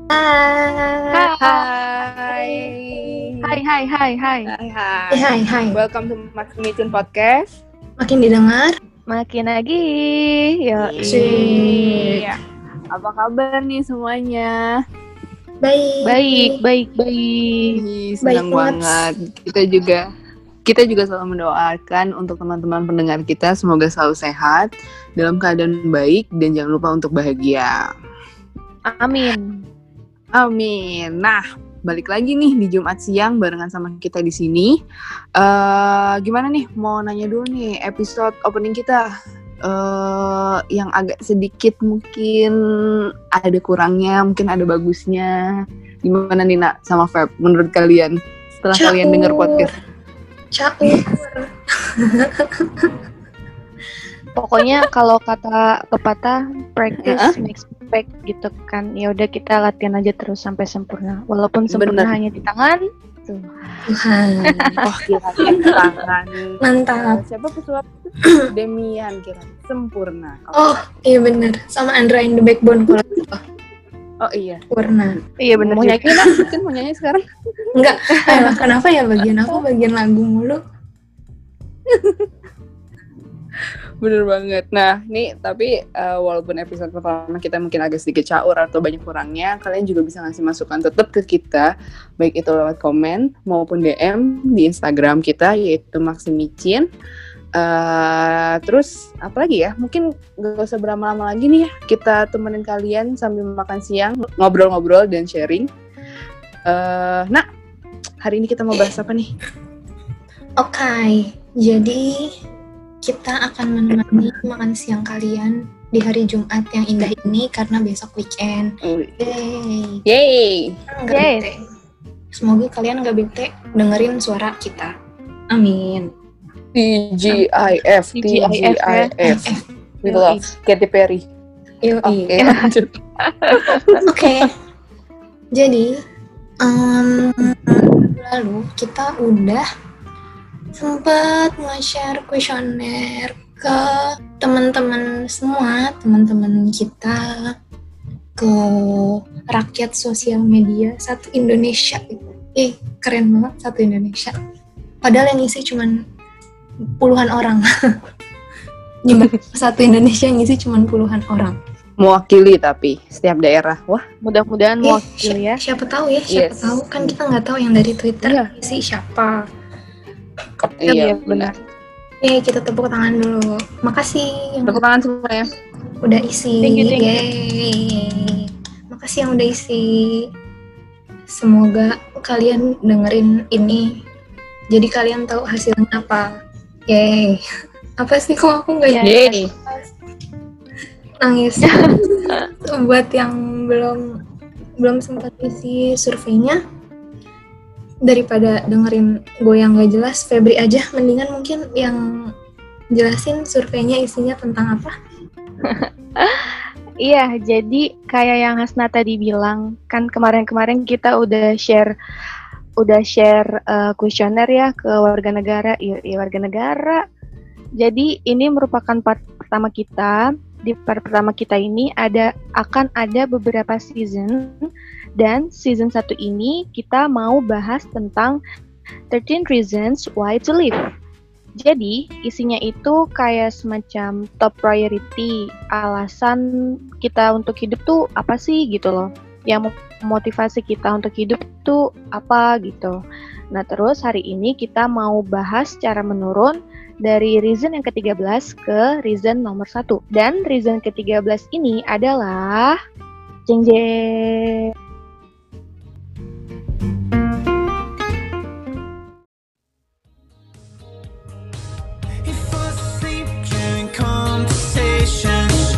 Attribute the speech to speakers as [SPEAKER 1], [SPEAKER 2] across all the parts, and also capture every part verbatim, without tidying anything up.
[SPEAKER 1] Hai.
[SPEAKER 2] Hai.
[SPEAKER 1] Hai, hai, hai, hai.
[SPEAKER 2] Hai, hai.
[SPEAKER 3] Hai, hai.
[SPEAKER 2] Welcome to Makin Micin Podcast.
[SPEAKER 3] Makin didengar,
[SPEAKER 1] makin lagi. Yo.
[SPEAKER 2] Iya. Apa kabar nih semuanya?
[SPEAKER 3] baik.
[SPEAKER 1] Baik, baik, baik.
[SPEAKER 2] Ih, senang
[SPEAKER 3] Baik
[SPEAKER 2] banget. Kita juga kita juga selalu mendoakan untuk teman-teman pendengar kita semoga selalu sehat, dalam keadaan baik dan jangan lupa untuk bahagia.
[SPEAKER 1] Amin.
[SPEAKER 2] Amin. Nah, balik lagi nih di Jumat siang barengan sama kita di sini. Uh, gimana nih? Mau nanya dulu nih episode opening kita uh, yang agak sedikit mungkin ada kurangnya, mungkin ada bagusnya. Gimana nih Nak sama Feb? Menurut kalian setelah
[SPEAKER 3] Caur.
[SPEAKER 2] kalian dengar podcast?
[SPEAKER 3] Caur.
[SPEAKER 1] Pokoknya kalau kata pepatah practice
[SPEAKER 2] Uh-huh.
[SPEAKER 1] makes perfect gitu kan. Ya udah kita latihan aja terus sampai sempurna. Walaupun sempurna
[SPEAKER 2] Bener.
[SPEAKER 1] hanya di tangan. Tuh.
[SPEAKER 3] Tuhan.
[SPEAKER 2] Oh, kira tangan.
[SPEAKER 3] Mantap.
[SPEAKER 2] Siapa pesulap itu? Demian kira sempurna.
[SPEAKER 3] Oh, iya benar. Sama Andra in the Backbone kalau gitu.
[SPEAKER 2] Oh iya.
[SPEAKER 3] Warna.
[SPEAKER 1] Iya benar
[SPEAKER 2] Mau
[SPEAKER 1] juga.
[SPEAKER 2] nyanyi lah, mungkin mau nyanyi sekarang.
[SPEAKER 3] Enggak. Eh, kenapa ya bagian aku bagian lagu mulu?
[SPEAKER 2] Bener banget. Nah, nih tapi uh, walaupun episode pertama kita mungkin agak sedikit caur atau banyak kurangnya, kalian juga bisa ngasih masukan tetap ke kita, baik itu lewat komen maupun D M di Instagram kita yaitu Maximicin. Uh, terus apa lagi ya? Mungkin gak usah berlama-lama lagi nih ya. Kita temenin kalian sambil makan siang, ngobrol-ngobrol dan sharing. Uh, nah, hari ini kita mau bahas apa nih?
[SPEAKER 3] Oke. Jadi kita akan menemani makan siang kalian di hari Jumat yang indah ini karena besok weekend. Yeay.
[SPEAKER 2] Yeay.
[SPEAKER 3] Nggak
[SPEAKER 1] Yeay.
[SPEAKER 3] bete. Semoga kalian gak bete dengerin suara kita. Amin.
[SPEAKER 2] T G I F, T G I F, with love, Katy Perry.
[SPEAKER 3] Yoi.
[SPEAKER 2] Oke, lanjut.
[SPEAKER 3] Oke. Jadi um, minggu lalu kita udah sempat nge-share kuesioner ke teman-teman semua, teman-teman kita, ke rakyat sosial media satu Indonesia. Eh, keren banget satu Indonesia. Padahal yang ngisi cuman puluhan orang. Gimana satu Indonesia yang ngisi cuman puluhan orang.
[SPEAKER 2] Mewakili tapi setiap daerah. Wah,
[SPEAKER 1] Mudah-mudahan
[SPEAKER 3] Eh,
[SPEAKER 1] mewakili ya.
[SPEAKER 3] si- siapa tahu ya, siapa
[SPEAKER 2] Yes.
[SPEAKER 3] tahu kan kita nggak tahu yang dari Twitter
[SPEAKER 2] Iya.
[SPEAKER 3] isi siapa.
[SPEAKER 2] iya benar.
[SPEAKER 3] Eh, kita tepuk tangan dulu. Makasih yang
[SPEAKER 2] Tepuk tangan semuanya.
[SPEAKER 3] udah isi.
[SPEAKER 1] Thank you, thank you.
[SPEAKER 3] Yeay. Makasih yang udah isi. Semoga kalian dengerin ini. Jadi kalian tahu hasilnya apa. Yeay. Apa sih kok aku nggak
[SPEAKER 2] Yeay.
[SPEAKER 3] nangis? Buat yang belum belum sempat isi surveinya, daripada dengerin gue yang gak jelas, Febri aja mendingan mungkin yang jelasin surveinya isinya tentang apa.
[SPEAKER 1] Iya, jadi kayak yang Hasna tadi bilang, kan kemarin-kemarin kita udah share udah share uh, kuesioner ya ke warga negara, iya, iya, warga negara. Jadi ini merupakan part pertama kita. Di part pertama kita ini ada akan ada beberapa season, dan season satu ini kita mau bahas tentang thirteen Reasons Why to Live. Jadi isinya itu kayak semacam top priority, alasan kita untuk hidup tuh apa sih gitu loh, yang memotivasi kita untuk hidup tuh apa gitu. Nah terus hari ini kita mau bahas secara menurun dari reason yang ketiga belas ke reason nomor satu. Dan reason ketiga belas ini adalah jeng jeng.
[SPEAKER 4] If I sleep during conversations,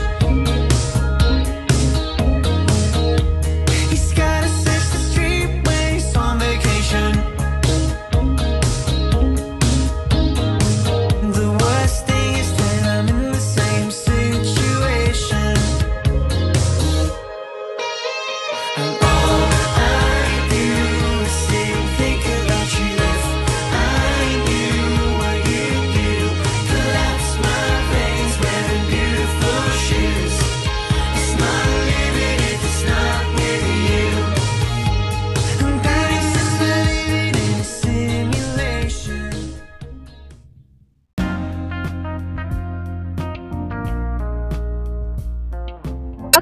[SPEAKER 4] he's gotta search the street when he's on vacation. The worst thing is that I'm in the same situation. I'm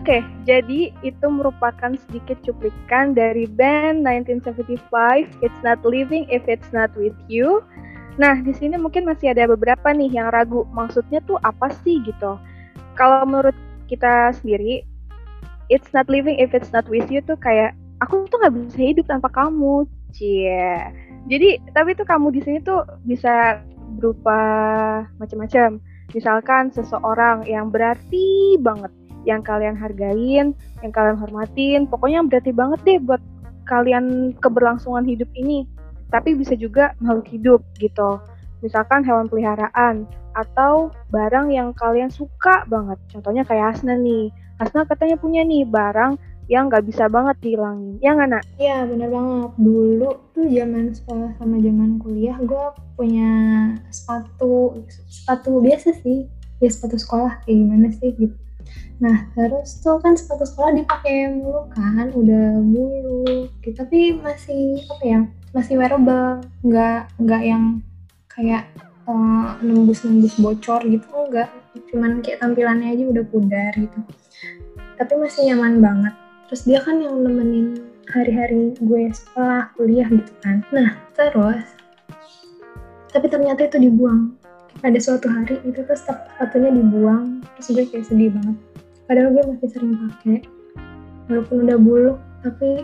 [SPEAKER 1] Oke, jadi itu merupakan sedikit cuplikan dari band nineteen seventy-five, It's Not Living If It's Not With You. Nah, di sini mungkin masih ada beberapa nih yang ragu, maksudnya tuh apa sih gitu. Kalau menurut kita sendiri, It's Not Living If It's Not With You tuh kayak, aku tuh nggak bisa hidup tanpa kamu, cie. Jadi, tapi tuh kamu di sini tuh bisa berupa macam-macam. Misalkan seseorang yang berarti banget, yang kalian hargain, yang kalian hormatin, pokoknya yang berarti banget deh buat kalian keberlangsungan hidup ini. Tapi bisa juga makhluk hidup gitu. Misalkan hewan peliharaan atau barang yang kalian suka banget. Contohnya kayak Hasna nih. Hasna katanya punya nih barang yang nggak bisa banget dihilangin. Ya nggak, Nak?
[SPEAKER 3] Iya, bener banget. Dulu tuh zaman sekolah sama zaman kuliah, gue punya sepatu, sepatu biasa sih. Ya sepatu sekolah, kayak gimana sih gitu. Nah, terus tuh kan sepatu sekolah dipakai mulu kan, udah buluk gitu. Tapi masih, apa ya, masih wearable. Nggak, nggak yang kayak uh, nembus-nembus bocor gitu, enggak. Cuman kayak tampilannya aja udah pudar gitu. Tapi masih nyaman banget. Terus dia kan yang nemenin hari-hari gue sekolah, kuliah gitu kan. Nah, terus tapi ternyata itu dibuang. Ada suatu hari itu tuh sepatunya dibuang, terus gue kayak sedih banget. Padahal gue masih sering pakai. Walaupun udah buluk, tapi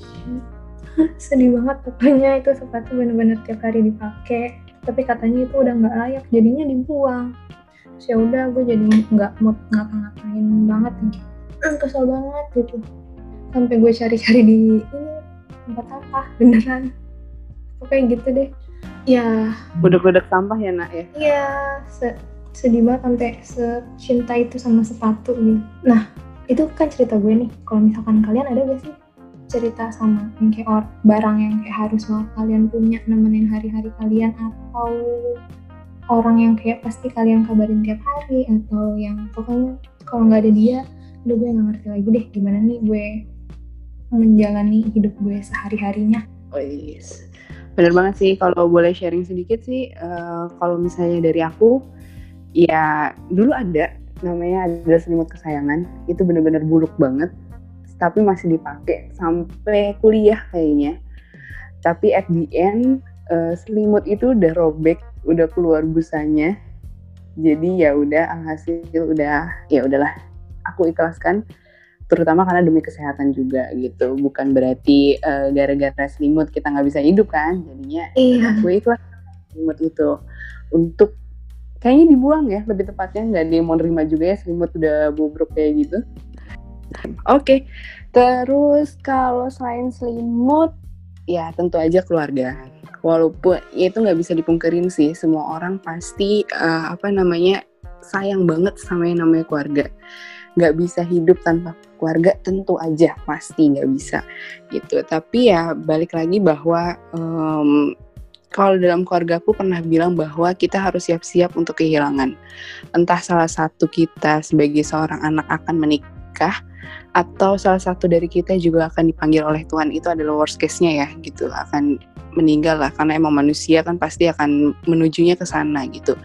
[SPEAKER 3] sedih banget pokoknya. Itu sepatu bener-bener tiap hari dipakai. Tapi katanya itu udah nggak layak, jadinya dibuang. Terus ya udah, gue jadi nggak mood ngapa-ngapain banget nih. Kesel banget gitu. Sampai gue cari-cari di ini tempat sampah beneran. Pokoknya gitu deh. Ya.
[SPEAKER 2] Gudeg-gudeg sampah ya, Nak ya?
[SPEAKER 3] Iya, se- sedih banget sampai secinta itu sama sepatu gitu. Nah, itu kan cerita gue nih. Kalau misalkan kalian ada gak sih cerita sama yang kayak or- barang yang kayak harus banget kalian punya nemenin hari-hari kalian, atau orang yang kayak pasti kalian kabarin tiap hari, atau yang pokoknya kalau nggak ada dia, udah gue nggak ngerti lagi deh gimana nih gue menjalani hidup gue sehari-harinya.
[SPEAKER 2] Oh yes, bener banget sih. Kalau boleh sharing sedikit sih, uh, kalau misalnya dari aku, ya dulu ada namanya ada selimut kesayangan, itu bener-bener buluk banget. Tapi masih dipakai sampai kuliah kayaknya. Tapi at the end uh, selimut itu udah robek, udah keluar busanya. Jadi ya udah alhasil udah ya udahlah, aku ikhlaskan, terutama karena demi kesehatan juga gitu. Bukan berarti uh, gara-gara selimut kita nggak bisa hidup kan. Jadinya
[SPEAKER 3] Iya.
[SPEAKER 2] aku ikhlas selimut itu untuk kayaknya dibuang ya, lebih tepatnya. Nggak ada yang mau nerima juga ya selimut udah bobrok kayak gitu. Oke, okay. Terus kalau selain selimut, ya tentu aja keluarga. Walaupun ya itu nggak bisa dipungkirin sih, semua orang pasti uh, apa namanya sayang banget sama yang namanya keluarga. Nggak bisa hidup tanpa keluarga, tentu aja pasti nggak bisa gitu. Tapi ya balik lagi bahwa um, kalau dalam keluarga aku pernah bilang bahwa kita harus siap-siap untuk kehilangan. Entah salah satu kita sebagai seorang anak akan menikah, atau salah satu dari kita juga akan dipanggil oleh Tuhan. Itu adalah worst case-nya ya gitu, akan meninggal lah, karena emang manusia kan pasti akan menujunya ke sana gitu.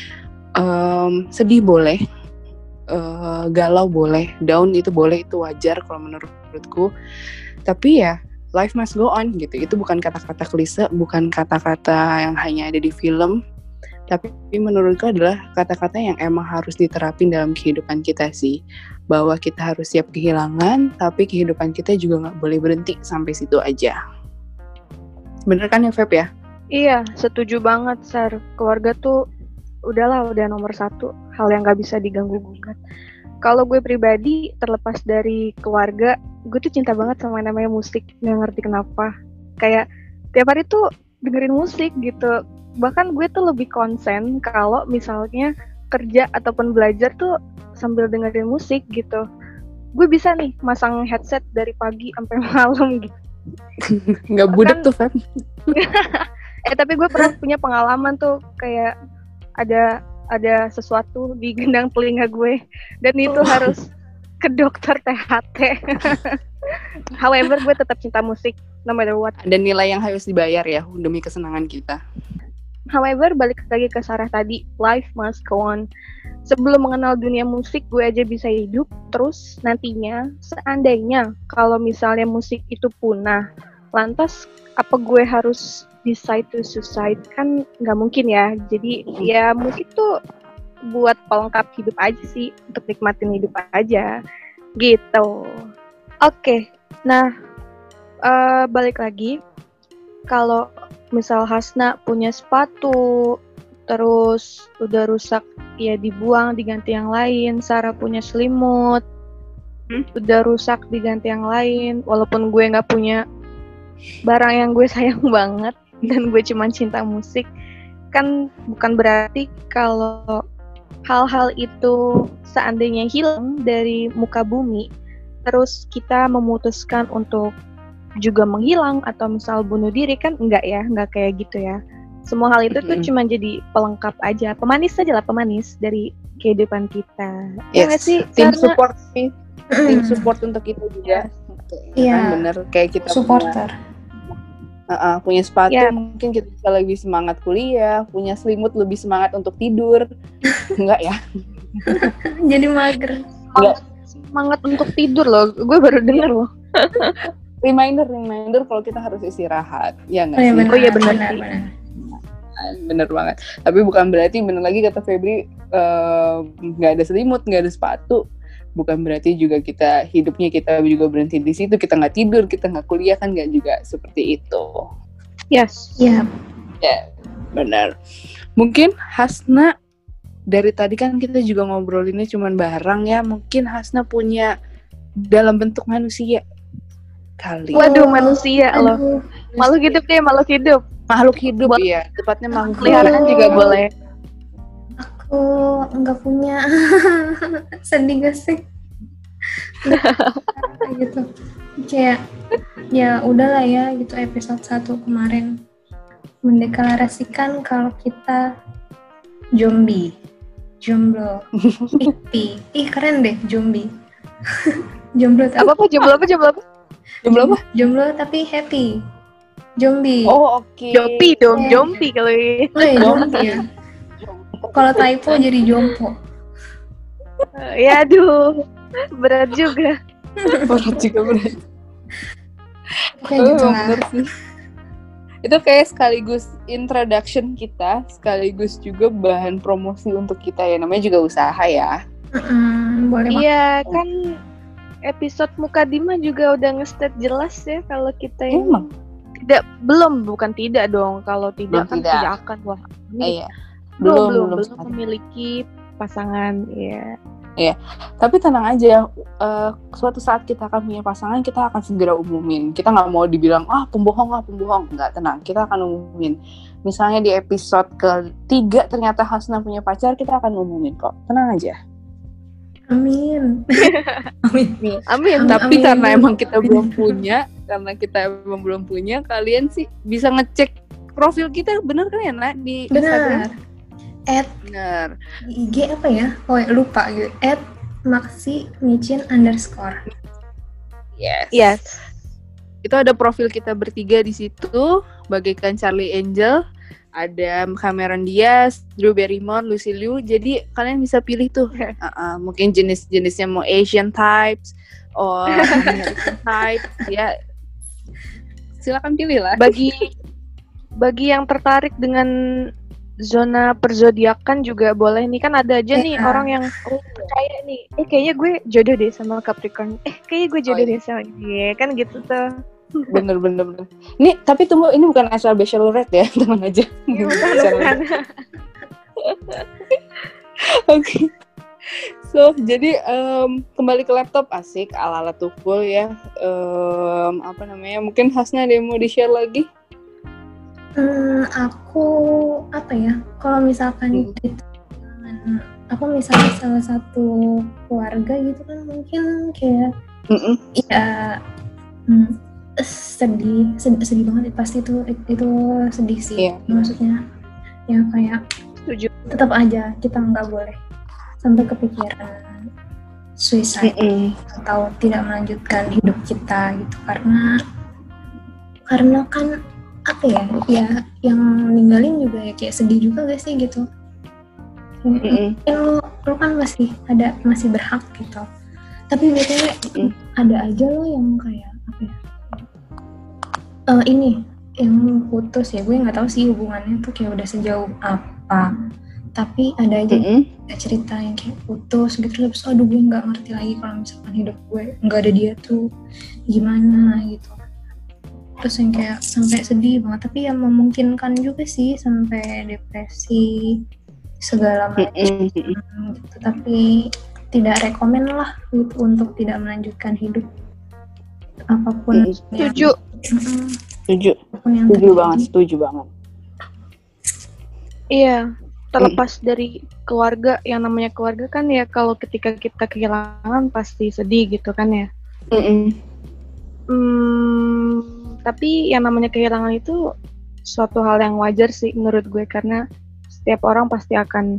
[SPEAKER 2] Um, sedih boleh, uh, galau boleh, down itu boleh, itu wajar kalau menurutku. Tapi ya life must go on gitu. Itu bukan kata-kata klise, bukan kata-kata yang hanya ada di film, tapi menurutku adalah kata-kata yang emang harus diterapin dalam kehidupan kita sih. Bahwa kita harus siap kehilangan, tapi kehidupan kita juga gak boleh berhenti sampai situ aja. Bener kan ya, Feb ya?
[SPEAKER 1] Iya, setuju banget, Sar. Keluarga tuh udahlah, udah nomor satu. Hal yang gak bisa diganggu-gugat. Kalau gue pribadi, terlepas dari keluarga, gue tuh cinta banget sama yang namanya musik. Gak ngerti kenapa. Kayak tiap hari tuh dengerin musik gitu. Bahkan gue tuh lebih konsen kalau misalnya kerja ataupun belajar tuh sambil dengerin musik gitu. Gue bisa nih masang headset dari pagi sampai malam gitu.
[SPEAKER 2] Nggak budek tuh, Feb.
[SPEAKER 1] eh tapi gue pernah punya pengalaman tuh, kayak ada ada sesuatu di gendang telinga gue, dan itu oh. harus ke dokter T H T. However, gue tetap cinta musik no matter what.
[SPEAKER 2] Dan nilai yang harus dibayar ya demi kesenangan kita.
[SPEAKER 1] however, balik lagi ke Sarah tadi, life must go on. Sebelum mengenal dunia musik, gue aja bisa hidup. Terus nantinya, seandainya kalau misalnya musik itu punah, lantas apa gue harus decide to suicide? Kan nggak mungkin ya. Jadi ya musik tuh buat pelengkap hidup aja sih, untuk nikmatin hidup aja. Gitu. Oke, nah uh, balik lagi. Kalau misal Hasna punya sepatu, terus udah rusak, ya dibuang, diganti yang lain. Sarah punya selimut, hmm? udah rusak, diganti yang lain. Walaupun gue nggak punya barang yang gue sayang banget, dan gue cuma cinta musik, kan bukan berarti kalau hal-hal itu seandainya hilang dari muka bumi, terus kita memutuskan untuk juga menghilang atau misal bunuh diri, kan enggak ya, enggak kayak gitu ya. Semua hal itu tuh cuma jadi pelengkap aja, pemanis aja lah, pemanis dari kehidupan kita.
[SPEAKER 2] Yes.
[SPEAKER 1] Ya nggak sih?
[SPEAKER 2] Tim
[SPEAKER 1] Karena
[SPEAKER 2] support sih, tim support untuk kita juga.
[SPEAKER 3] Iya.
[SPEAKER 2] Kan bener kayak kita
[SPEAKER 3] Supporter.
[SPEAKER 2] Punya, uh, uh, punya sepatu,
[SPEAKER 1] Yeah.
[SPEAKER 2] mungkin kita bisa lebih semangat kuliah, punya selimut lebih semangat untuk tidur. Enggak ya?
[SPEAKER 3] Jadi mager.
[SPEAKER 2] Enggak.
[SPEAKER 1] Semangat untuk tidur loh, gue baru denger loh.
[SPEAKER 2] Reminder, reminder kalau kita harus istirahat, ya nggak
[SPEAKER 3] Oh iya
[SPEAKER 2] sih?
[SPEAKER 3] benar.
[SPEAKER 1] Oh iya, benar
[SPEAKER 3] benar,
[SPEAKER 1] sih.
[SPEAKER 3] benar.
[SPEAKER 2] Bener banget. Tapi bukan berarti, bener lagi kata Febri, nggak uh, ada selimut, nggak ada sepatu. Bukan berarti juga kita hidupnya kita juga berhenti di situ. Kita nggak tidur, kita nggak kuliah, kan nggak juga seperti itu.
[SPEAKER 1] Yes.
[SPEAKER 3] Iya.
[SPEAKER 2] Ya, benar. Mungkin Hasna, dari tadi kan kita juga ngobrolinnya cuman barang ya. Mungkin Hasna punya dalam bentuk manusia kali.
[SPEAKER 1] Waduh, manusia loh.
[SPEAKER 3] Aduh.
[SPEAKER 1] Makhluk hidup deh, makhluk hidup.
[SPEAKER 2] Makhluk hidup
[SPEAKER 1] Buat-
[SPEAKER 2] ya, tepatnya makhluk
[SPEAKER 1] Peliharaan
[SPEAKER 2] hidup.
[SPEAKER 1] juga boleh.
[SPEAKER 3] Aku nggak punya. Sedih gak sih? Kayak gitu. Kayak ya udahlah ya gitu, episode satu kemarin mendeklarasikan kalau kita zombie, jomblo, hippie. Ih keren deh, zombie. Jomblo tapi
[SPEAKER 1] Apa apa jomblo apa jomblo apa?
[SPEAKER 2] Jomblo apa?
[SPEAKER 3] jomblo tapi happy. Zombie.
[SPEAKER 2] Oh, oke.
[SPEAKER 1] Jompi dong,
[SPEAKER 3] Iya.
[SPEAKER 1] jompi kalau ini.
[SPEAKER 3] Oh ya, zombie ya. Kalau typo jadi jompo.
[SPEAKER 1] Ya aduh, berat juga.
[SPEAKER 2] Berat juga berat.
[SPEAKER 3] Kayak
[SPEAKER 2] Oh,
[SPEAKER 3] gitu
[SPEAKER 2] emang
[SPEAKER 3] lah.
[SPEAKER 2] bener sih. Itu kayak sekaligus introduction kita, sekaligus juga bahan promosi untuk kita ya. Namanya juga usaha ya.
[SPEAKER 3] Mm-mm, boleh banget.
[SPEAKER 1] Iya kan, episode Mukadimah juga udah nge-state jelas ya kalau kita ini
[SPEAKER 2] Emang?
[SPEAKER 1] tidak, belum, bukan tidak dong. Kalau tidak
[SPEAKER 2] Belum
[SPEAKER 1] kan
[SPEAKER 2] tidak.
[SPEAKER 1] tidak akan wah.
[SPEAKER 2] Eh,
[SPEAKER 1] Ini
[SPEAKER 2] iya.
[SPEAKER 1] belum
[SPEAKER 2] Belum,
[SPEAKER 1] belum
[SPEAKER 2] belum
[SPEAKER 1] belum
[SPEAKER 2] sekali.
[SPEAKER 1] memiliki pasangan ya.
[SPEAKER 2] Tapi tenang aja, eh, suatu saat kita akan punya pasangan, kita akan segera umumin. Kita nggak mau dibilang, ah pembohong, ah pembohong. Nggak, tenang, kita akan umumin. Misalnya di episode ketiga ternyata Hasna punya pacar, kita akan umumin kok. Tenang aja.
[SPEAKER 3] Amin. Amin.
[SPEAKER 1] Amin.
[SPEAKER 3] Amin.
[SPEAKER 2] Tapi karena emang kita belum punya, karena kita emang belum punya, kalian sih bisa ngecek profil kita, bener kan ya, Nak? Di Instagram?
[SPEAKER 3] Benar. At
[SPEAKER 2] Bener.
[SPEAKER 3] di I G apa ya? Oh ya, lupa gitu. At maxi micin underscore.
[SPEAKER 2] Yes.
[SPEAKER 1] Yes.
[SPEAKER 2] Itu ada profil kita bertiga di situ, bagaikan Charlie Angel, ada Cameron Diaz, Drew Barrymore, Lucy Liu. Jadi kalian bisa pilih tuh, uh-uh, mungkin jenis-jenisnya mau Asian types, or American type, ya silakan pilih lah.
[SPEAKER 1] Bagi bagi yang tertarik dengan zona perzodiakan juga boleh nih, kan ada aja nih
[SPEAKER 3] Iya.
[SPEAKER 1] orang yang oh, percaya nih, eh kayaknya gue jodoh deh sama Capricorn, eh kayaknya gue jodoh
[SPEAKER 2] Oh, iya.
[SPEAKER 1] deh sama dia, kan gitu tuh.
[SPEAKER 2] Bener bener bener. Ini tapi tunggu, ini bukan acara bachelorette ya, tenang aja.
[SPEAKER 1] Iya, bukan,
[SPEAKER 2] Acara-
[SPEAKER 1] bukan.
[SPEAKER 2] Oke. So, jadi em, kembali ke laptop, asik, ala-ala tukul ya. Em, apa namanya? Mungkin Hasna ada yang mau di-share lagi?
[SPEAKER 3] Hmm, aku apa ya? Kalau misalkan
[SPEAKER 2] Hmm.
[SPEAKER 3] gitu, dengan aku misalnya salah satu keluarga gitu kan, mungkin kayak
[SPEAKER 2] Mm-mm.
[SPEAKER 3] ya hmm, sedih, sedih, sedih banget pasti itu itu sedih sih.
[SPEAKER 2] Iya.
[SPEAKER 3] Maksudnya ya kayak
[SPEAKER 1] Setuju.
[SPEAKER 3] tetap aja kita nggak boleh sampai kepikiran suicide
[SPEAKER 2] Mm-mm.
[SPEAKER 3] atau tidak melanjutkan hidup kita gitu, karena karena kan apa ya, ya yang ninggalin juga ya kayak sedih juga gak sih gitu. Mungkin lo, lo kan masih ada, masih berhak gitu. Tapi biasanya ada aja lo yang kayak apa ya, uh, ini yang putus ya, gue nggak tahu sih hubungannya tuh kayak udah sejauh apa, tapi ada aja mm-hmm. cerita yang kayak putus gitu, terus aduh gue nggak ngerti lagi kalau misalkan hidup gue nggak ada dia tuh gimana gitu, terus yang kayak sampai sedih banget, tapi yang memungkinkan juga sih sampai depresi segala macam mm-hmm. gitu, tapi tidak rekomen lah gitu untuk tidak melanjutkan hidup apapun.
[SPEAKER 1] Setuju.
[SPEAKER 3] Yang,
[SPEAKER 2] setuju. Setuju banget, setuju banget.
[SPEAKER 1] Iya, terlepas mm. dari keluarga, yang namanya keluarga kan ya kalau ketika kita kehilangan pasti sedih gitu kan ya. Mm-mm. Hmm, tapi yang namanya kehilangan itu suatu hal yang wajar sih menurut gue, karena setiap orang pasti akan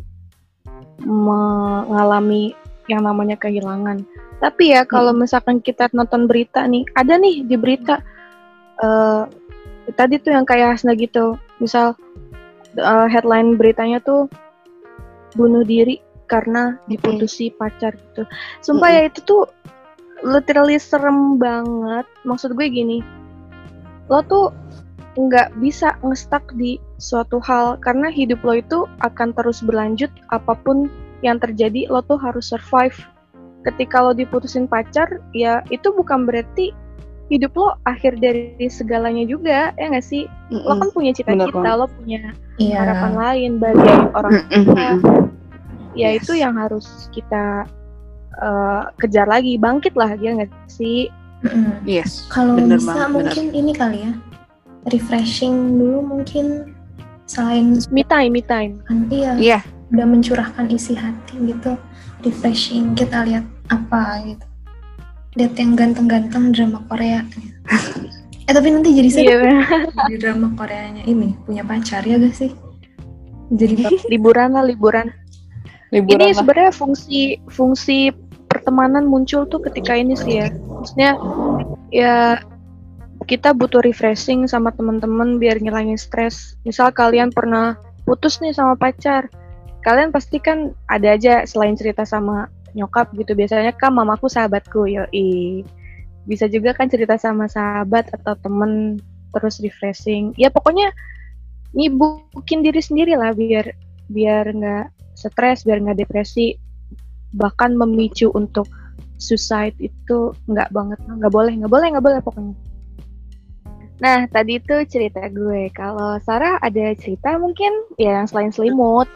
[SPEAKER 1] mengalami yang namanya kehilangan. Tapi ya kalau misalkan kita nonton berita nih, ada nih di berita uh, tadi tuh yang kayak Hasna gitu, misal uh, headline beritanya tuh bunuh diri karena diputusi mm. pacar gitu. Sumpah mm. ya itu tuh literally serem banget. Maksud gue gini, lo tuh nggak bisa ngestak di suatu hal, karena hidup lo itu akan terus berlanjut apapun yang terjadi, lo tuh harus survive. Ketika lo diputusin pacar, ya itu bukan berarti hidup lo akhir dari segalanya juga, ya nggak sih? Mm-mm. Lo kan punya cita-cita, lo punya yeah. harapan lain bagi orang tua. Ya yes. Itu yang harus kita uh, kejar lagi, bangkit lah, ya nggak sih?
[SPEAKER 3] Mm-mm.
[SPEAKER 2] Yes.
[SPEAKER 3] Kalau bisa banget, mungkin bener. Ini kali ya, refreshing dulu mungkin, selain
[SPEAKER 1] me time, me time.
[SPEAKER 3] Kan, iya.
[SPEAKER 2] Yeah.
[SPEAKER 3] Udah mencurahkan isi hati gitu, refreshing, kita lihat apa gitu, lihat yang ganteng-ganteng drama Korea gitu. eh tapi nanti jadi sedih yeah. Di drama Koreanya ini punya pacar ya gak sih, jadi
[SPEAKER 1] liburan lah liburan, liburan ini sebenarnya fungsi fungsi pertemanan muncul tuh ketika ini sih ya, maksudnya ya kita butuh refreshing sama teman-teman biar ngilangin stres. Misal kalian pernah putus nih sama pacar, kalian pasti kan ada aja selain cerita sama nyokap gitu, biasanya kan mamaku sahabatku, yoi. Bisa juga kan cerita sama sahabat atau temen, terus refreshing. Ya pokoknya nyibukin diri sendiri lah biar biar nggak stres, biar nggak depresi. Bahkan memicu untuk suicide itu nggak banget, nggak boleh, nggak boleh, nggak boleh pokoknya. Nah tadi itu cerita gue. Kalau Sarah ada cerita mungkin ya yang selain selimut.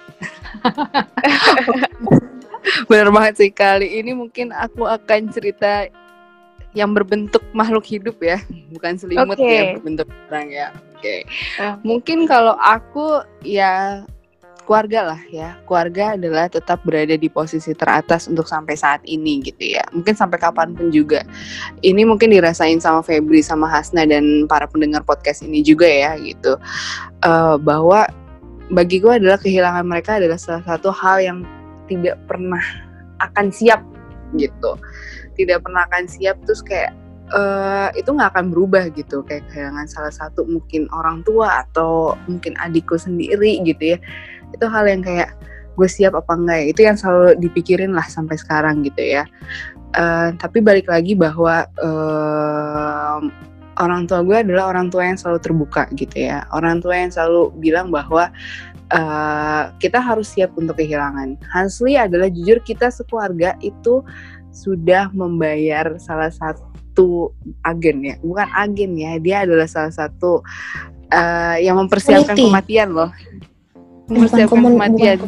[SPEAKER 2] Bener banget sih, kali ini mungkin aku akan cerita yang berbentuk makhluk hidup ya, bukan selimut okay. yang berbentuk orang ya. Oke. Okay. Uh. Mungkin kalau aku ya keluarga lah ya. Keluarga adalah tetap berada di posisi teratas untuk sampai saat ini gitu ya. Mungkin sampai kapanpun juga. Ini mungkin dirasain sama Febri, sama Hasna dan para pendengar podcast ini juga ya gitu. Uh, bahwa bagi gue adalah kehilangan mereka adalah salah satu hal yang tidak pernah akan siap gitu, tidak pernah akan siap, terus kayak uh, itu nggak akan berubah gitu, kayak kehilangan salah satu mungkin orang tua atau mungkin adikku sendiri gitu ya, itu hal yang kayak gue siap apa enggak ya, itu yang selalu dipikirin lah sampai sekarang gitu ya. Uh, tapi balik lagi bahwa uh, orang tua gue adalah orang tua yang selalu terbuka gitu ya, orang tua yang selalu bilang bahwa Uh, kita harus siap untuk kehilangan. Hasli adalah jujur kita sekeluarga itu sudah membayar salah satu agen ya, bukan agen ya, dia adalah salah satu uh, yang mempersiapkan Community. kematian loh, mempersiapkan komun- kematian.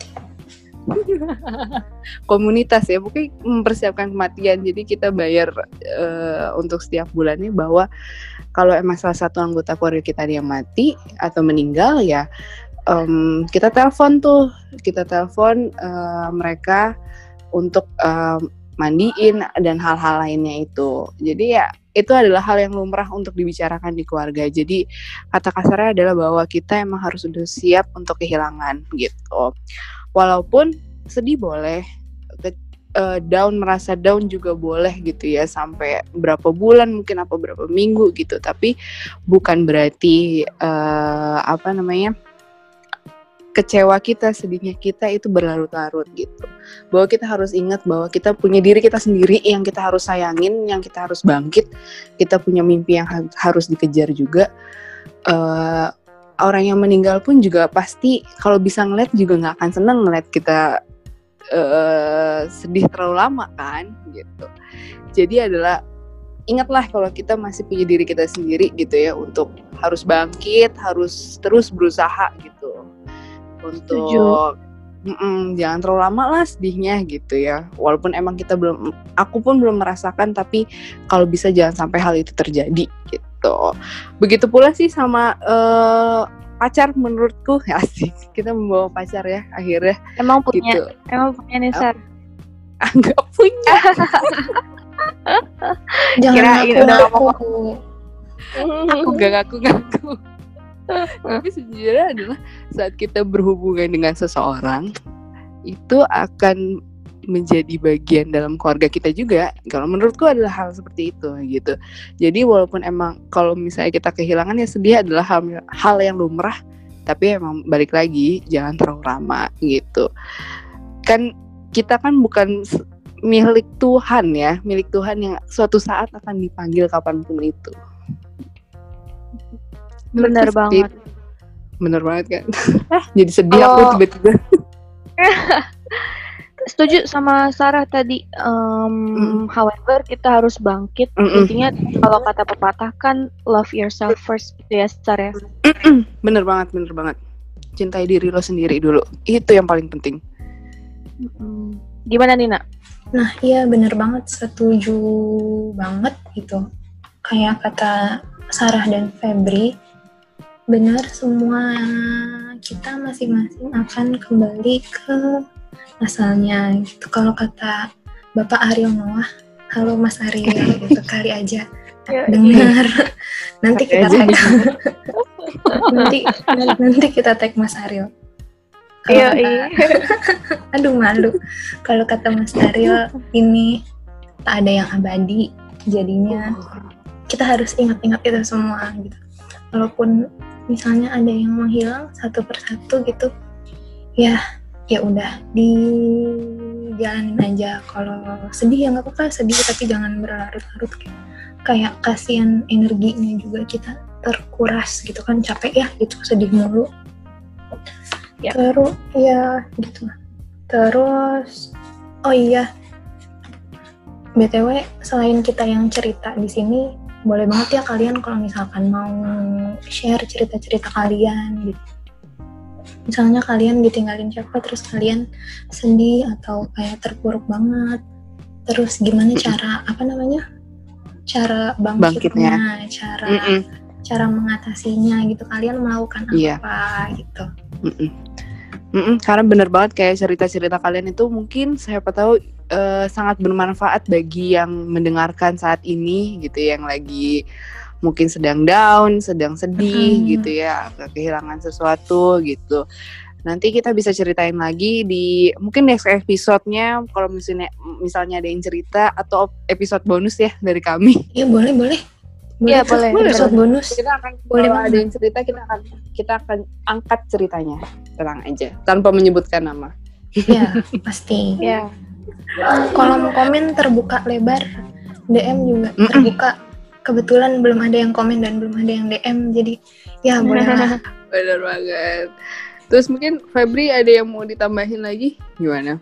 [SPEAKER 2] Komunitas ya, bukan mempersiapkan kematian. Jadi kita bayar uh, untuk setiap bulannya bahwa kalau emang salah satu anggota keluarga kita dia mati atau meninggal ya. Um, kita telepon tuh, kita telepon uh, mereka untuk uh, mandiin dan hal-hal lainnya itu. Jadi ya itu adalah hal yang lumrah untuk dibicarakan di keluarga. Jadi kata kasarnya adalah bahwa kita emang harus sudah siap untuk kehilangan gitu. Walaupun sedih boleh, uh, down, merasa down juga boleh gitu ya, sampai berapa bulan mungkin apa berapa minggu gitu. Tapi bukan berarti uh, apa namanya kecewa kita, sedihnya kita itu berlarut-larut gitu. Bahwa kita harus ingat bahwa kita punya diri kita sendiri yang kita harus sayangin, yang kita harus bangkit. Kita punya mimpi yang ha- harus dikejar juga. Uh, orang yang meninggal pun juga pasti kalau bisa ngeliat juga nggak akan seneng ngeliat kita uh, sedih terlalu lama kan gitu. Jadi adalah ingatlah kalau kita masih punya diri kita sendiri gitu ya, untuk harus bangkit, harus terus berusaha gitu. Untuk jangan terlalu lama lah sedihnya gitu ya. Walaupun emang kita belum, aku pun belum merasakan, tapi kalau bisa jangan sampai hal itu terjadi gitu. Begitu pula sih sama uh, pacar menurutku. Asik, kita membawa pacar ya akhirnya.
[SPEAKER 1] Emang punya,
[SPEAKER 2] gitu.
[SPEAKER 1] emang punya nih Sar?
[SPEAKER 2] Enggak punya.
[SPEAKER 3] Jangan
[SPEAKER 1] Kirain udah
[SPEAKER 3] ngaku-ngaku.
[SPEAKER 2] Aku gak ngaku-ngaku. Tapi sejujurnya adalah saat kita berhubungan dengan seseorang itu akan menjadi bagian dalam keluarga kita juga. Kalau menurutku adalah hal seperti itu gitu. Jadi walaupun emang kalau misalnya kita kehilangan ya sedih adalah hal, hal yang lumrah, tapi emang balik lagi jangan terlalu lama gitu. Kan kita kan bukan milik Tuhan ya, milik Tuhan yang suatu saat akan dipanggil kapanpun itu.
[SPEAKER 1] Bener banget.
[SPEAKER 2] Bener banget kan. Jadi sedih
[SPEAKER 1] Kalau-
[SPEAKER 2] aku tiba-tiba.
[SPEAKER 1] Setuju sama Sarah tadi. Um, however, kita harus bangkit.
[SPEAKER 2] Mm-mm.
[SPEAKER 1] Intinya kalau kata pepatah kan love yourself first gitu ya, Sar ya.
[SPEAKER 2] Bener banget, bener banget. Cintai diri lo sendiri dulu. Itu yang paling penting.
[SPEAKER 1] Mm-mm. Gimana Nina?
[SPEAKER 3] Nah, iya bener banget, setuju banget gitu. Kayak kata Sarah dan Febri, benar, semua kita masing-masing akan kembali ke asalnya gitu. Kalau kata Bapak Ariel Noah, halo Mas Ariel gitu, kali aja dengar. Nanti kita tag. nanti nanti kita tag Mas Ariel. Kalau
[SPEAKER 1] Iya,
[SPEAKER 3] kata-
[SPEAKER 1] iya.
[SPEAKER 3] Aduh malu. Kalau kata Mas Ariel, ini tak ada yang abadi. Jadinya kita harus ingat-ingat itu semua gitu. Walaupun misalnya ada yang menghilang satu persatu gitu, ya ya udah dijalanin aja. Kalau sedih ya nggak apa-apa, sedih tapi jangan berlarut-larut. Kayak kasihan energinya juga kita terkuras gitu kan, capek ya gitu sedih mulu.
[SPEAKER 1] Ya.
[SPEAKER 3] Terus ya gitu. Terus oh iya, B T W selain kita yang cerita di sini, boleh banget ya kalian kalau misalkan mau share cerita-cerita kalian gitu. Misalnya kalian ditinggalin siapa terus kalian sedih atau kayak terpuruk banget. Terus gimana cara apa namanya? Cara bangkitnya,
[SPEAKER 2] Bangkitnya.
[SPEAKER 3] cara
[SPEAKER 2] Mm-mm.
[SPEAKER 3] cara mengatasinya gitu. Kalian melakukan
[SPEAKER 2] Iya.
[SPEAKER 3] apa gitu.
[SPEAKER 2] Mm-mm. Mm-mm. Karena bener banget kayak cerita-cerita kalian itu mungkin siapa tahu uh, sangat bermanfaat bagi yang mendengarkan saat ini gitu, yang lagi mungkin sedang down, sedang sedih
[SPEAKER 3] Mm.
[SPEAKER 2] gitu ya, kehilangan sesuatu gitu. Nanti kita bisa ceritain lagi di mungkin next episode-nya kalau misalnya misalnya ada yang cerita, atau episode bonus ya dari kami.
[SPEAKER 3] Iya boleh boleh.
[SPEAKER 1] Iya,
[SPEAKER 3] tuh,
[SPEAKER 1] boleh,
[SPEAKER 3] episode bonus.
[SPEAKER 2] Kita akan
[SPEAKER 3] Boleh
[SPEAKER 2] kalau
[SPEAKER 3] banget.
[SPEAKER 2] ada yang cerita kita akan kita akan angkat ceritanya, tenang aja, tanpa menyebutkan nama.
[SPEAKER 3] Ya pasti.
[SPEAKER 1] Ya.
[SPEAKER 3] Kolom komen terbuka lebar, D M juga
[SPEAKER 2] Mm-mm.
[SPEAKER 3] terbuka. Kebetulan belum ada yang komen dan belum ada yang D M, jadi ya boleh lah.
[SPEAKER 2] Bener banget. Terus mungkin Febri ada yang mau ditambahin lagi? Gimana?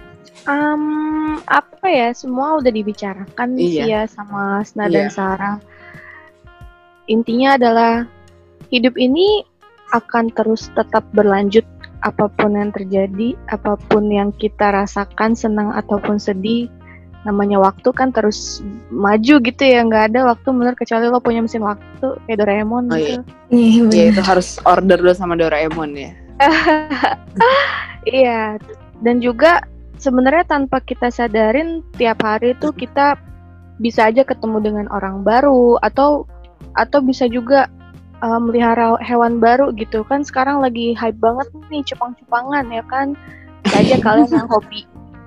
[SPEAKER 1] Um, apa ya, semua udah dibicarakan
[SPEAKER 2] Iya.
[SPEAKER 1] sih ya sama Sna dan
[SPEAKER 2] Iya.
[SPEAKER 1] Sarah. Intinya adalah hidup ini akan terus tetap berlanjut, apapun yang terjadi, apapun yang kita rasakan, senang ataupun sedih. Namanya waktu kan terus maju gitu ya, nggak ada waktu bener kecuali lo punya mesin waktu kayak Doraemon
[SPEAKER 2] Oh,
[SPEAKER 1] gitu.
[SPEAKER 3] Nih,
[SPEAKER 2] Ya
[SPEAKER 3] bener.
[SPEAKER 2] itu harus order dulu sama Doraemon ya.
[SPEAKER 1] Iya, dan juga sebenarnya tanpa kita sadarin tiap hari tuh kita bisa aja ketemu dengan orang baru, atau atau bisa juga uh, melihara hewan baru gitu kan. Sekarang lagi hype banget nih cupang-cupangan ya kan. Bisa aja kalian yang hobi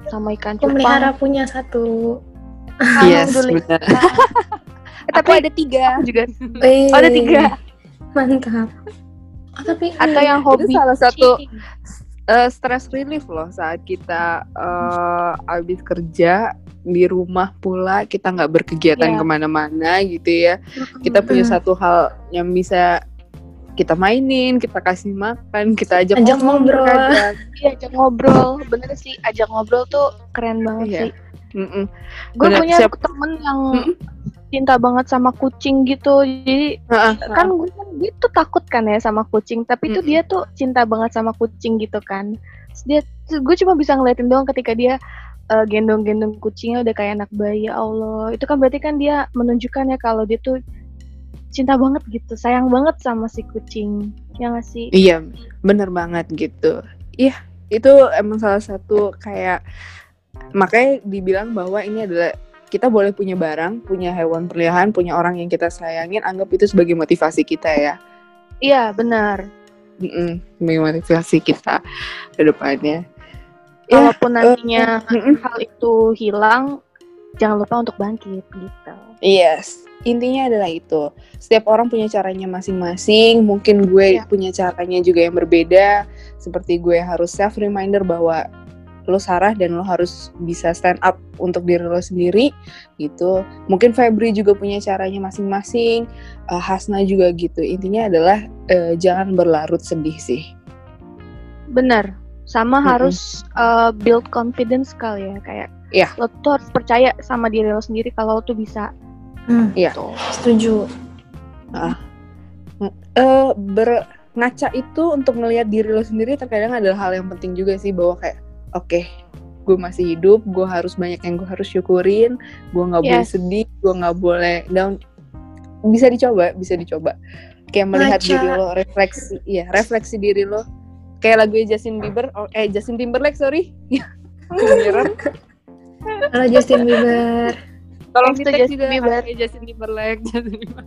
[SPEAKER 1] sama ikan
[SPEAKER 3] Aku
[SPEAKER 1] cupang.
[SPEAKER 3] melihara punya satu.
[SPEAKER 2] Yes,
[SPEAKER 1] Alhamdulillah.
[SPEAKER 2] benar.
[SPEAKER 1] Eh, tapi
[SPEAKER 2] Aku ada tiga.
[SPEAKER 1] juga
[SPEAKER 3] Wih,
[SPEAKER 1] oh, ada tiga.
[SPEAKER 3] Mantap. Oh, tapi
[SPEAKER 1] Atau yang
[SPEAKER 2] Itu
[SPEAKER 1] hobi
[SPEAKER 2] salah satu
[SPEAKER 1] kucing.
[SPEAKER 2] uh, stress relief loh saat kita uh, habis kerja di rumah pula, kita nggak berkegiatan
[SPEAKER 1] Iya.
[SPEAKER 2] kemana-mana gitu ya. Kita punya
[SPEAKER 3] Mm.
[SPEAKER 2] satu hal yang bisa kita mainin, kita kasih makan, kita ajak,
[SPEAKER 3] Ajak
[SPEAKER 2] ngomong
[SPEAKER 3] ngobrol.
[SPEAKER 2] terkadang.
[SPEAKER 1] Iya, ajak ngobrol. Bener sih, ajak ngobrol tuh keren banget
[SPEAKER 2] Iya.
[SPEAKER 1] sih.
[SPEAKER 2] Mm-mm.
[SPEAKER 1] Gue
[SPEAKER 2] Bener,
[SPEAKER 1] punya
[SPEAKER 2] siap-
[SPEAKER 1] temen yang
[SPEAKER 2] Mm-mm.
[SPEAKER 1] cinta banget sama kucing gitu. Jadi
[SPEAKER 2] Ha-ha,
[SPEAKER 1] kan gue kan dia tuh takut kan ya sama kucing, tapi tuh
[SPEAKER 2] Mm-mm.
[SPEAKER 1] dia tuh cinta banget sama kucing gitu kan. Terus dia, gue cuma bisa ngeliatin doang ketika dia uh, gendong-gendong kucingnya udah kayak anak bayi. Ya Allah, itu kan berarti kan dia menunjukkan ya kalau dia tuh cinta banget gitu, sayang banget sama si kucing. Ya nggak sih?
[SPEAKER 2] Iya, bener banget gitu. Iya, itu emang salah satu kayak, makanya dibilang bahwa ini adalah kita boleh punya barang, punya hewan peliharaan, punya orang yang kita sayangin, anggap itu sebagai motivasi kita ya.
[SPEAKER 1] Iya benar.
[SPEAKER 2] Mm-mm, sebagai motivasi kita ke depannya. Ya,
[SPEAKER 1] Kalaupun nantinya
[SPEAKER 2] mm-mm.
[SPEAKER 1] hal itu hilang, jangan lupa untuk bangkit gitu.
[SPEAKER 2] Yes, intinya adalah itu. Setiap orang punya caranya masing-masing. Mungkin gue
[SPEAKER 1] Iya.
[SPEAKER 2] punya caranya juga yang berbeda. Seperti gue harus self reminder bahwa lo Sarah dan lo harus bisa stand up untuk diri lo sendiri gitu. Mungkin Febri juga punya caranya masing-masing. Uh, Hasna juga gitu. Intinya adalah uh, jangan berlarut sedih sih.
[SPEAKER 1] Benar. Sama
[SPEAKER 2] Mm-mm.
[SPEAKER 1] harus uh, build confidence kali ya, kayak
[SPEAKER 2] Iya.
[SPEAKER 1] lo tuh harus percaya sama diri lo sendiri kalau lo tuh bisa.
[SPEAKER 3] Hmm,
[SPEAKER 2] Iya.
[SPEAKER 3] setuju.
[SPEAKER 2] Uh, Berngaca itu untuk ngelihat diri lo sendiri terkadang adalah hal yang penting juga sih, bahwa kayak oke, okay, gue masih hidup, gue harus banyak yang gue harus syukurin, gue nggak boleh
[SPEAKER 1] Yes.
[SPEAKER 2] sedih, gue nggak boleh down. Bisa dicoba, bisa dicoba. Kayak melihat
[SPEAKER 3] Ngaca.
[SPEAKER 2] diri lo, refleksi, iya, refleksi diri lo. Kayak lagu Justin Bieber, oh, eh Justin Timberlake sorry, Mirror.
[SPEAKER 3] Kalau Justin Bieber.
[SPEAKER 2] Tolong
[SPEAKER 1] Thanks to
[SPEAKER 2] di tag
[SPEAKER 1] Justin
[SPEAKER 2] juga,
[SPEAKER 1] Bieber.
[SPEAKER 2] eh, Justin Timberlake, Justin Bieber.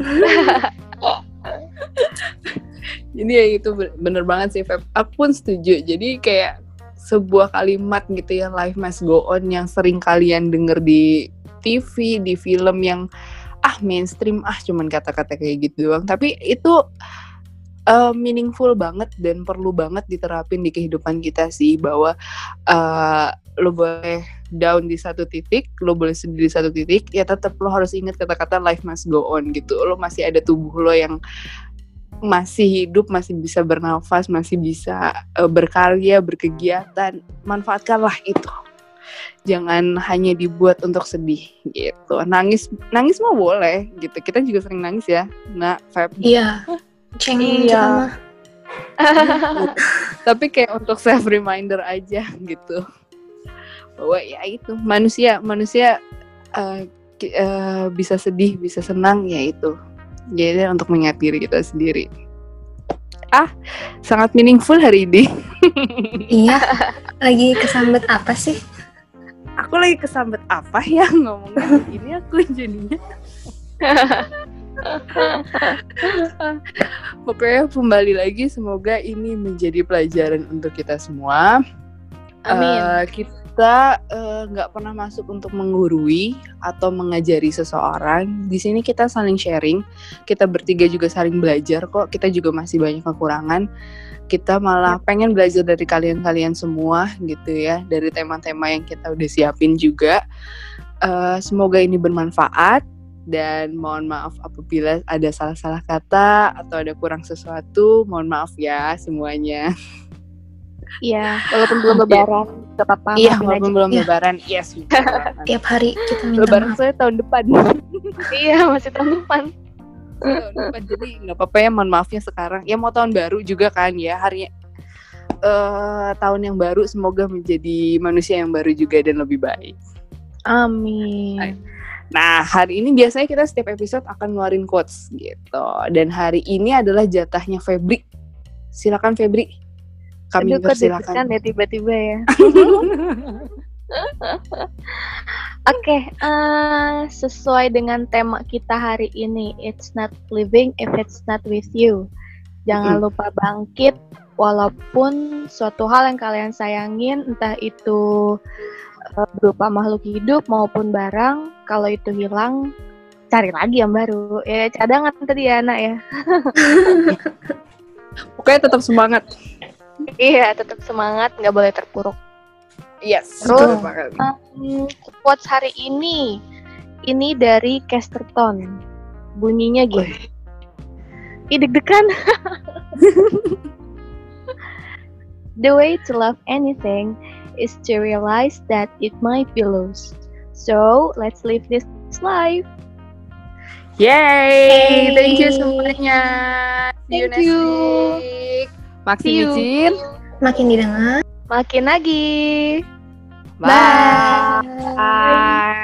[SPEAKER 2] Jadi ya itu bener banget sih, Feb. Aku pun setuju. Jadi kayak sebuah kalimat gitu ya, life must go on, yang sering kalian denger di T V, di film yang ah mainstream, ah cuman kata-kata kayak gitu doang. Tapi itu uh, meaningful banget dan perlu banget diterapin di kehidupan kita sih, bahwa uh, lo boleh down di satu titik, lo boleh sedih di satu titik, ya tetap lo harus ingat kata-kata life must go on gitu. Lo masih ada tubuh lo yang masih hidup, masih bisa bernafas, masih bisa uh, berkarya, berkegiatan. Manfaatkanlah itu. Jangan hanya dibuat untuk sedih gitu. Nangis, nangis mah boleh gitu. Kita juga sering nangis ya, nah Feb.
[SPEAKER 3] Iya. Ceng
[SPEAKER 1] Iya.
[SPEAKER 3] kita mah.
[SPEAKER 2] Tapi kayak untuk self reminder aja gitu. Bahwa ya itu manusia, manusia uh, ki- uh, bisa sedih, bisa senang, ya itu. Jadi untuk mengingat diri kita sendiri. Ah, sangat meaningful hari ini.
[SPEAKER 3] Iya. Lagi kesambet apa sih?
[SPEAKER 2] Aku lagi kesambet apa ya ngomongnya begini aku jadinya. Pokoknya kembali lagi, semoga ini menjadi pelajaran untuk kita semua.
[SPEAKER 1] Amin.
[SPEAKER 2] Uh, kita nggak uh, pernah masuk untuk menggurui atau mengajari seseorang. Di sini kita saling sharing. Kita bertiga juga saling belajar kok. Kita juga masih banyak kekurangan. Kita malah pengen belajar dari kalian-kalian semua gitu ya, dari tema-tema yang kita udah siapin juga. Uh, semoga ini bermanfaat, dan mohon maaf apabila ada salah-salah kata atau ada kurang sesuatu. Mohon maaf ya semuanya.
[SPEAKER 1] Iya, walaupun belum lebaran, gak apa-apa.
[SPEAKER 2] Iya,
[SPEAKER 1] maafin
[SPEAKER 2] walaupun
[SPEAKER 1] aja.
[SPEAKER 2] belum
[SPEAKER 3] Iya.
[SPEAKER 2] lebaran. Yes, lebaran.
[SPEAKER 3] Tiap hari kita minta
[SPEAKER 2] Lebaran
[SPEAKER 3] maaf.
[SPEAKER 2] saya tahun depan.
[SPEAKER 1] Iya, masih tahun depan.
[SPEAKER 2] tahun depan, jadi nggak apa-apa ya, mohon maafnya sekarang. Ya mau tahun baru juga kan ya, hari uh, tahun yang baru, semoga menjadi manusia yang baru juga dan lebih baik.
[SPEAKER 1] Amin.
[SPEAKER 2] Nah, hari ini biasanya kita setiap episode akan ngeluarin quotes gitu. Dan hari ini adalah jatahnya Febri. Silakan Febri. Kami
[SPEAKER 1] Aduh, kok deg-degan
[SPEAKER 2] persilakan.
[SPEAKER 1] ya tiba-tiba ya. Oke, eh, sesuai dengan tema kita hari ini, it's not living if it's not with you. Jangan
[SPEAKER 2] Mm.
[SPEAKER 1] lupa bangkit walaupun suatu hal yang kalian sayangin, entah itu uh, berupa makhluk hidup maupun barang, kalau itu hilang, cari lagi yang baru. Ya cadangan tadi ya anak ya.
[SPEAKER 2] Pokoknya tetap semangat.
[SPEAKER 1] Iya, tetap semangat, nggak boleh terpuruk.
[SPEAKER 2] Yes.
[SPEAKER 1] Terus,
[SPEAKER 2] betul banget.
[SPEAKER 1] um, quotes hari ini, ini dari Casterton. Bunyinya gini. Ih, deg-degan. The way to love anything is to realize that it might be lost. So, let's live this life.
[SPEAKER 2] Yay! Thank you semuanya. See you
[SPEAKER 1] Thank
[SPEAKER 2] next
[SPEAKER 1] you.
[SPEAKER 2] week. Maksi
[SPEAKER 1] See you.
[SPEAKER 2] Micin.
[SPEAKER 3] Makin didengar.
[SPEAKER 1] Makin lagi.
[SPEAKER 2] Bye.
[SPEAKER 1] Bye.